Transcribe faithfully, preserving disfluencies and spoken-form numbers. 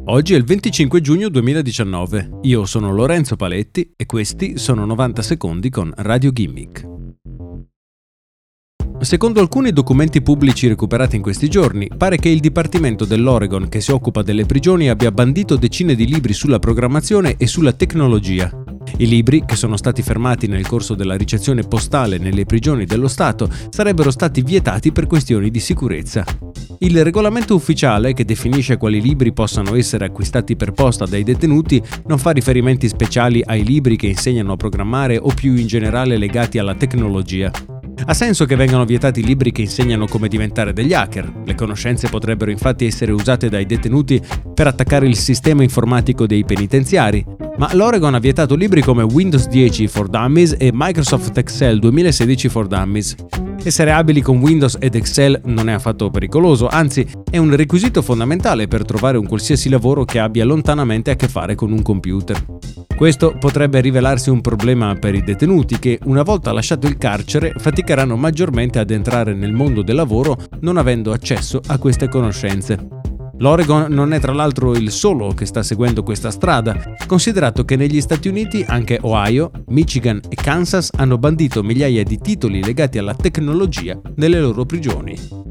Oggi è il venticinque giugno duemiladiciannove, io sono Lorenzo Paletti e questi sono novanta secondi con Radio Gimmick. Secondo alcuni documenti pubblici recuperati in questi giorni, pare che il Dipartimento dell'Oregon che si occupa delle prigioni abbia bandito decine di libri sulla programmazione e sulla tecnologia. I libri, che sono stati fermati nel corso della ricezione postale nelle prigioni dello Stato, sarebbero stati vietati per questioni di sicurezza. Il regolamento ufficiale, che definisce quali libri possano essere acquistati per posta dai detenuti, non fa riferimenti speciali ai libri che insegnano a programmare o più in generale legati alla tecnologia. Ha senso che vengano vietati libri che insegnano come diventare degli hacker. Le conoscenze potrebbero infatti essere usate dai detenuti per attaccare il sistema informatico dei penitenziari, ma l'Oregon ha vietato libri come Windows dieci for Dummies e Microsoft Excel duemilasedici for Dummies. Essere abili con Windows ed Excel non è affatto pericoloso, anzi è un requisito fondamentale per trovare un qualsiasi lavoro che abbia lontanamente a che fare con un computer. Questo potrebbe rivelarsi un problema per i detenuti che, una volta lasciato il carcere, faticheranno maggiormente ad entrare nel mondo del lavoro non avendo accesso a queste conoscenze. L'Oregon non è tra l'altro il solo che sta seguendo questa strada, considerato che negli Stati Uniti anche Ohio, Michigan e Kansas hanno bandito migliaia di titoli legati alla tecnologia nelle loro prigioni.